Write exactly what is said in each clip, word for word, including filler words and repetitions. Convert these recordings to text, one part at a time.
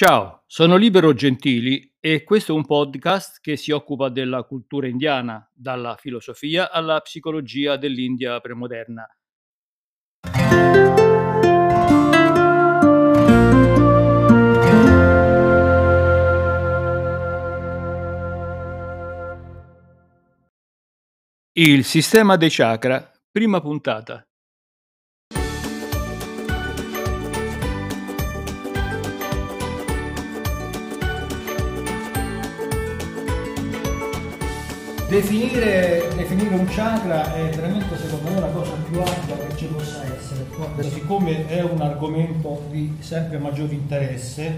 Ciao, sono Libero Gentili e questo è un podcast che si occupa della cultura indiana, dalla filosofia alla psicologia dell'India premoderna. Il sistema dei chakra, prima puntata. Definire, definire un chakra è veramente, secondo me, la cosa più ampia che ci possa essere. Guarda, siccome è un argomento di sempre maggiore interesse,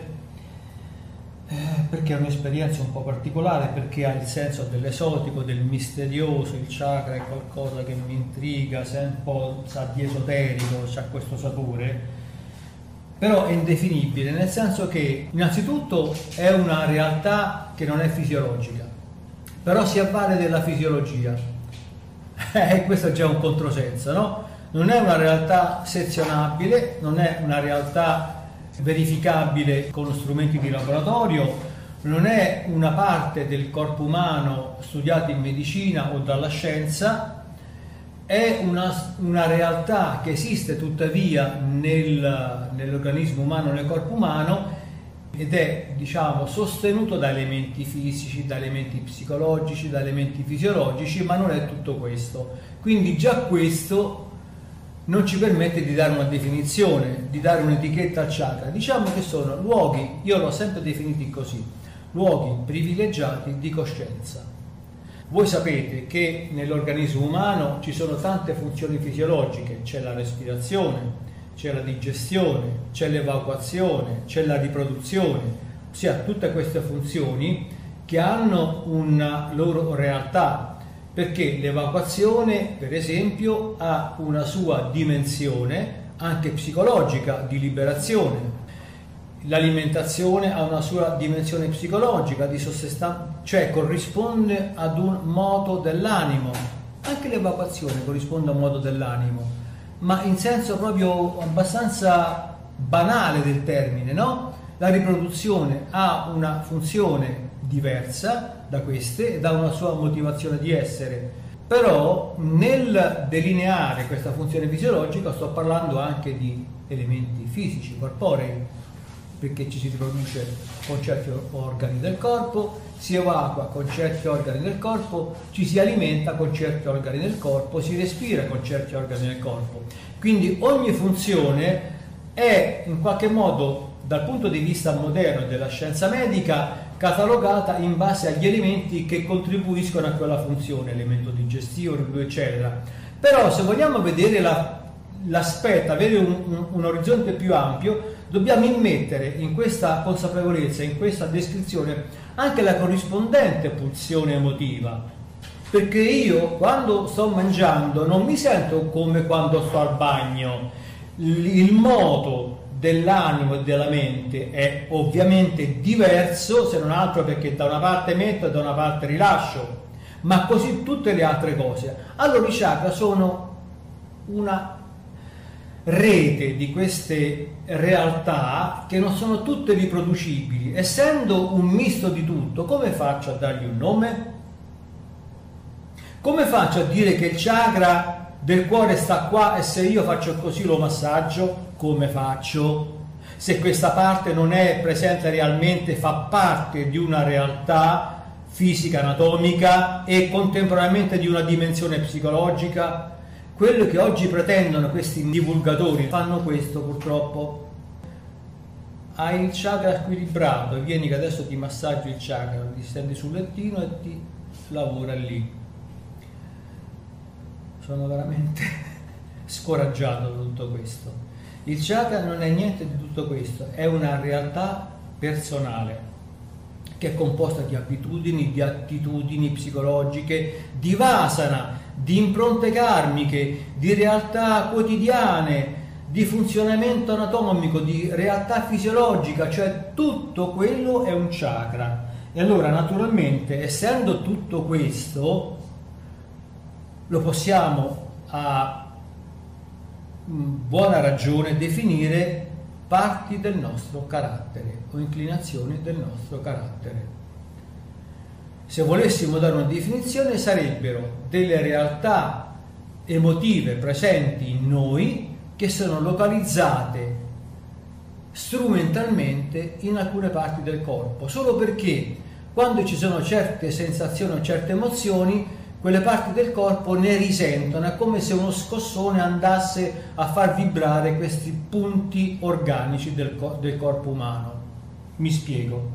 eh, perché è un'esperienza un po' particolare, perché ha il senso dell'esotico, del misterioso, il chakra è qualcosa che mi intriga, sa un po' sa di esoterico, ha questo sapore, però è indefinibile, nel senso che innanzitutto è una realtà che non è fisiologica, però si avvale della fisiologia, e questo è già un controsenso, no? Non è una realtà sezionabile, non è una realtà verificabile con strumenti di laboratorio, non è una parte del corpo umano studiata in medicina o dalla scienza, è una, una realtà che esiste tuttavia nel, nell'organismo umano, nel corpo umano, ed è, diciamo, sostenuto da elementi fisici, da elementi psicologici, da elementi fisiologici, ma non è tutto questo. Quindi già questo non ci permette di dare una definizione, di dare un'etichetta al chakra. Diciamo che sono luoghi, io l'ho sempre definiti così, luoghi privilegiati di coscienza. Voi sapete che nell'organismo umano ci sono tante funzioni fisiologiche, c'è la respirazione, c'è la digestione, c'è l'evacuazione, c'è la riproduzione, ossia tutte queste funzioni che hanno una loro realtà, perché l'evacuazione, per esempio, ha una sua dimensione anche psicologica di liberazione, l'alimentazione ha una sua dimensione psicologica di sossistenza, cioè corrisponde ad un moto dell'animo, anche l'evacuazione corrisponde a un moto dell'animo, ma in senso proprio abbastanza banale del termine, no? La riproduzione ha una funzione diversa da queste ed ha una sua motivazione di essere, però nel delineare questa funzione fisiologica sto parlando anche di elementi fisici, corporei, perché ci si riproduce con certi organi del corpo, si evacua con certi organi del corpo, ci si alimenta con certi organi del corpo, si respira con certi organi del corpo. Quindi ogni funzione è in qualche modo, dal punto di vista moderno della scienza medica, catalogata in base agli elementi che contribuiscono a quella funzione, elemento digestivo, eccetera. Però se vogliamo vedere la, l'aspetto, avere un, un, un orizzonte più ampio, dobbiamo immettere in questa consapevolezza, in questa descrizione, anche la corrispondente pulsione emotiva, perché io quando sto mangiando non mi sento come quando sto al bagno. Il moto dell'animo e della mente è ovviamente diverso, se non altro perché da una parte metto e da una parte rilascio, ma così tutte le altre cose. Allora i chakra sono una rete di queste realtà che non sono tutte riproducibili. Essendo un misto di tutto, come faccio a dargli un nome? Come faccio a dire che il chakra del cuore sta qua e se io faccio così lo massaggio? Come faccio? Se questa parte non è presente realmente, fa parte di una realtà fisica, anatomica e contemporaneamente di una dimensione psicologica. Quello che oggi pretendono questi divulgatori fanno questo, purtroppo. Hai il chakra squilibrato, vieni che adesso ti massaggio il chakra, ti stendi sul lettino e ti lavora lì. Sono veramente scoraggiato da tutto questo. Il chakra non è niente di tutto questo, è una realtà personale che è composta di abitudini, di attitudini psicologiche, di vasana, di impronte karmiche, di realtà quotidiane, di funzionamento anatomico, di realtà fisiologica, cioè tutto quello è un chakra. E allora naturalmente, essendo tutto questo, lo possiamo a buona ragione definire parti del nostro carattere o inclinazioni del nostro carattere. Se volessimo dare una definizione, sarebbero delle realtà emotive presenti in noi che sono localizzate strumentalmente in alcune parti del corpo, solo perché quando ci sono certe sensazioni o certe emozioni, quelle parti del corpo ne risentono, è come se uno scossone andasse a far vibrare questi punti organici del, co- del corpo umano. Mi spiego.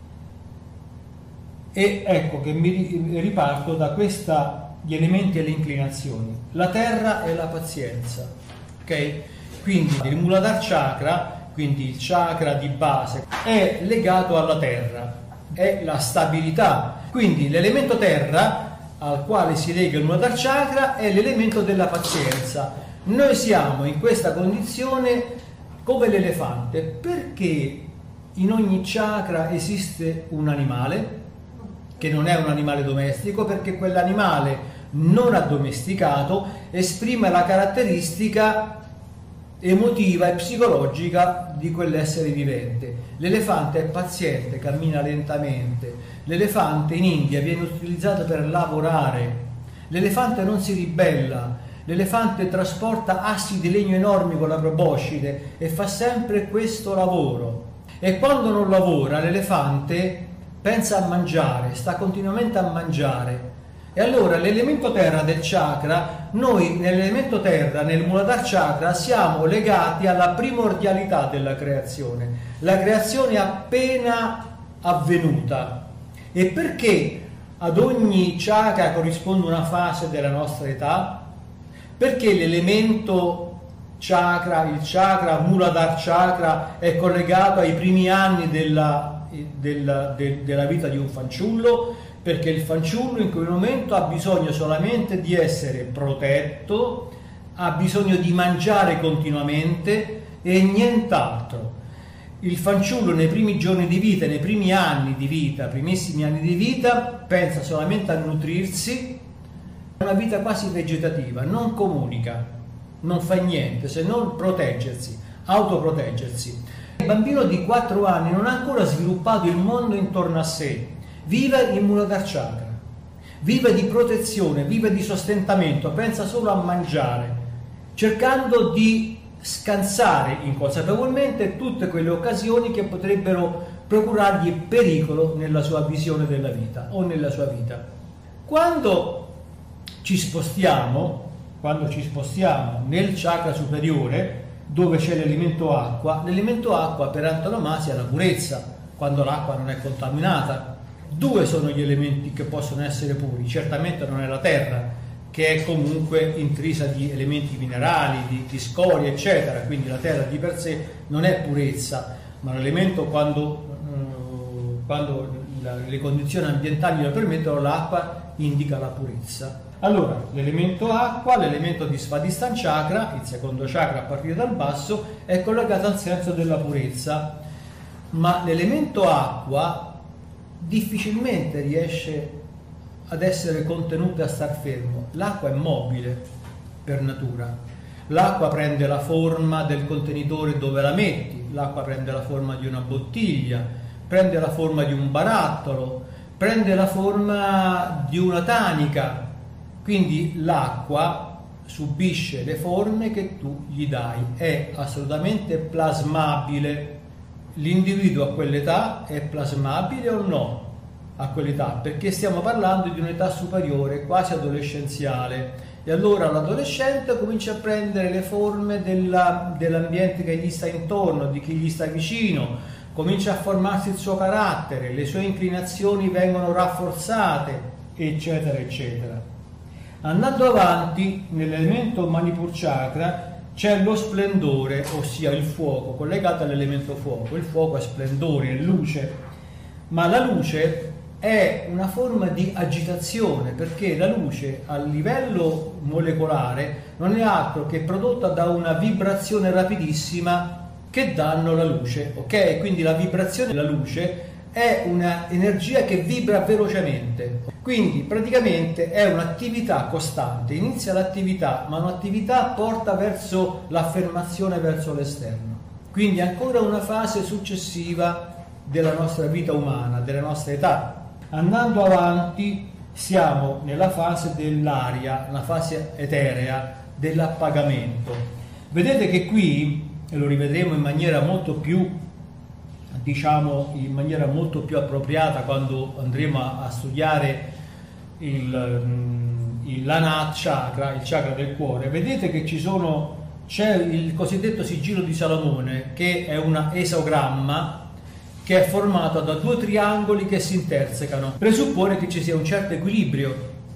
E ecco che mi riparto da questa, gli elementi e le inclinazioni. La terra è la pazienza, ok? Quindi il Muladhara Chakra, quindi il chakra di base, è legato alla terra, è la stabilità. Quindi l'elemento terra al quale si lega il Muladhara Chakra è l'elemento della pazienza. Noi siamo in questa condizione come l'elefante. Perché in ogni chakra esiste un animale che non è un animale domestico? Perché quell'animale non addomesticato esprime la caratteristica emotiva e psicologica di quell'essere vivente. L'elefante è paziente, cammina lentamente. L'elefante in India viene utilizzato per lavorare. L'elefante non si ribella. L'elefante trasporta assi di legno enormi con la proboscide e fa sempre questo lavoro. E quando non lavora, l'elefante pensa a mangiare, sta continuamente a mangiare. E allora l'elemento terra del chakra, noi nell'elemento terra, nel Muladhara Chakra, siamo legati alla primordialità della creazione. La creazione è appena avvenuta. E perché ad ogni chakra corrisponde una fase della nostra età? Perché l'elemento chakra, il chakra Muladhara Chakra, è collegato ai primi anni della, della, de, della vita di un fanciullo? Perché il fanciullo in quel momento ha bisogno solamente di essere protetto, ha bisogno di mangiare continuamente e nient'altro. Il fanciullo nei primi giorni di vita, nei primi anni di vita, primissimi anni di vita, pensa solamente a nutrirsi, è una vita quasi vegetativa, non comunica, non fa niente se non proteggersi, autoproteggersi. Il bambino di quattro anni non ha ancora sviluppato il mondo intorno a sé, vive il Muladhara Chakra, vive di protezione, vive di sostentamento, pensa solo a mangiare, cercando di scansare inconsapevolmente tutte quelle occasioni che potrebbero procurargli pericolo nella sua visione della vita o nella sua vita. Quando ci spostiamo, quando ci spostiamo nel chakra superiore, dove c'è l'elemento acqua, l'elemento acqua per antonomasia è la purezza, quando l'acqua non è contaminata. Due sono gli elementi che possono essere puri, certamente non è la terra, che è comunque intrisa di elementi minerali, di, di scorie, eccetera, quindi la terra di per sé non è purezza, ma l'elemento quando, eh, quando la, le condizioni ambientali lo permettono, l'acqua indica la purezza. Allora, l'elemento acqua, l'elemento di Svadhisthana Chakra, il secondo chakra a partire dal basso, è collegato al senso della purezza, ma l'elemento acqua difficilmente riesce ad essere contenuto e a star fermo. L'acqua è mobile per natura. L'acqua prende la forma del contenitore dove la metti, l'acqua prende la forma di una bottiglia, prende la forma di un barattolo, prende la forma di una tanica. Quindi l'acqua subisce le forme che tu gli dai, è assolutamente plasmabile. L'individuo a quell'età è plasmabile o no? A quell'età, perché stiamo parlando di un'età superiore, quasi adolescenziale, e allora l'adolescente comincia a prendere le forme della, dell'ambiente che gli sta intorno, di chi gli sta vicino, comincia a formarsi il suo carattere, le sue inclinazioni vengono rafforzate, eccetera eccetera. Andando avanti, nell'elemento Manipur Chakra c'è lo splendore, ossia il fuoco, collegato all'elemento fuoco. Il fuoco è splendore, è luce, ma la luce è una forma di agitazione, perché la luce a livello molecolare non è altro che prodotta da una vibrazione rapidissima che danno la luce, ok? Quindi la vibrazione della luce è un'energia che vibra velocemente, quindi praticamente è un'attività costante, inizia l'attività, ma un'attività porta verso l'affermazione verso l'esterno. quindi ancora una fase successiva della nostra vita umana, della nostra età. Andando avanti siamo nella fase dell'aria, la fase eterea dell'appagamento. Vedete che qui, e lo rivedremo in maniera molto più, diciamo, in maniera molto più appropriata quando andremo a, a studiare il, il l'Anahata chakra, il chakra del cuore, vedete che ci sono, c'è il cosiddetto sigillo di Salomone, che è un esogramma che è formato da due triangoli che si intersecano. Presuppone che ci sia un certo equilibrio,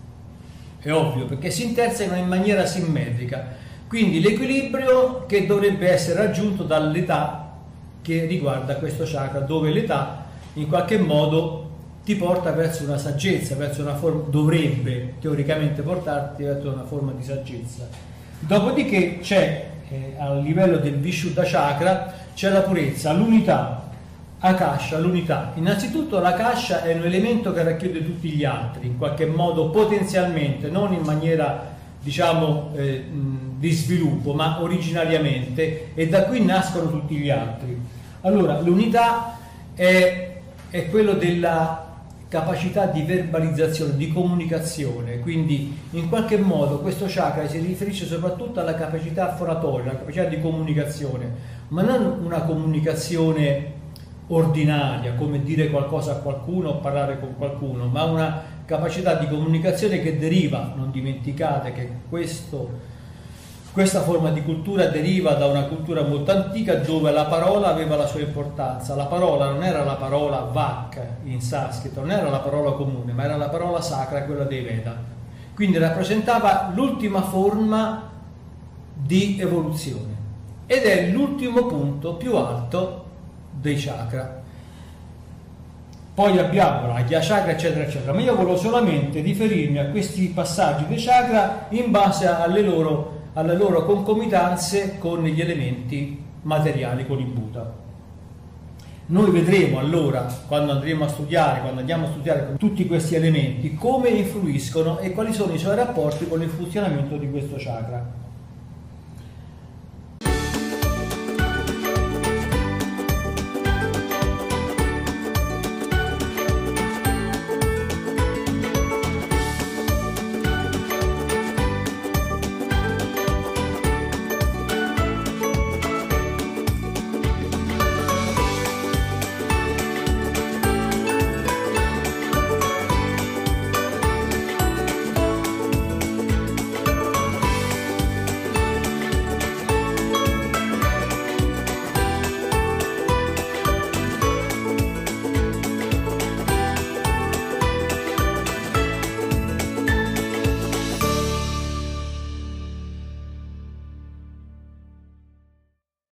è ovvio, perché si intersecano in maniera simmetrica, quindi l'equilibrio che dovrebbe essere raggiunto dall'età che riguarda questo chakra, dove l'età in qualche modo ti porta verso una saggezza, verso una forma, dovrebbe teoricamente portarti verso una forma di saggezza. Dopodiché c'è eh, a livello del Vishuddha chakra c'è la purezza, l'unità, Akasha, l'unità. Innanzitutto l'Akasha è un elemento che racchiude tutti gli altri, in qualche modo potenzialmente, non in maniera diciamo eh, di sviluppo, ma originariamente, e da qui nascono tutti gli altri. Allora l'unità è, è quello della capacità di verbalizzazione, di comunicazione, quindi in qualche modo questo chakra si riferisce soprattutto alla capacità fonatoria, alla capacità di comunicazione, ma non una comunicazione ordinaria, come dire qualcosa a qualcuno o parlare con qualcuno, ma una capacità di comunicazione che deriva, non dimenticate che questo, questa forma di cultura deriva da una cultura molto antica dove la parola aveva la sua importanza. La parola non era la parola Vak in sanscrito, non era la parola comune, ma era la parola sacra, quella dei Veda. Quindi rappresentava l'ultima forma di evoluzione ed è l'ultimo punto più alto dei chakra. Poi abbiamo la Agya chakra eccetera eccetera, ma io volevo solamente riferirmi a questi passaggi dei chakra in base alle loro, alle loro concomitanze con gli elementi materiali, con il Bhuta. Noi vedremo allora, quando andremo a studiare, quando andiamo a studiare tutti questi elementi, come influiscono e quali sono i suoi rapporti con il funzionamento di questo chakra.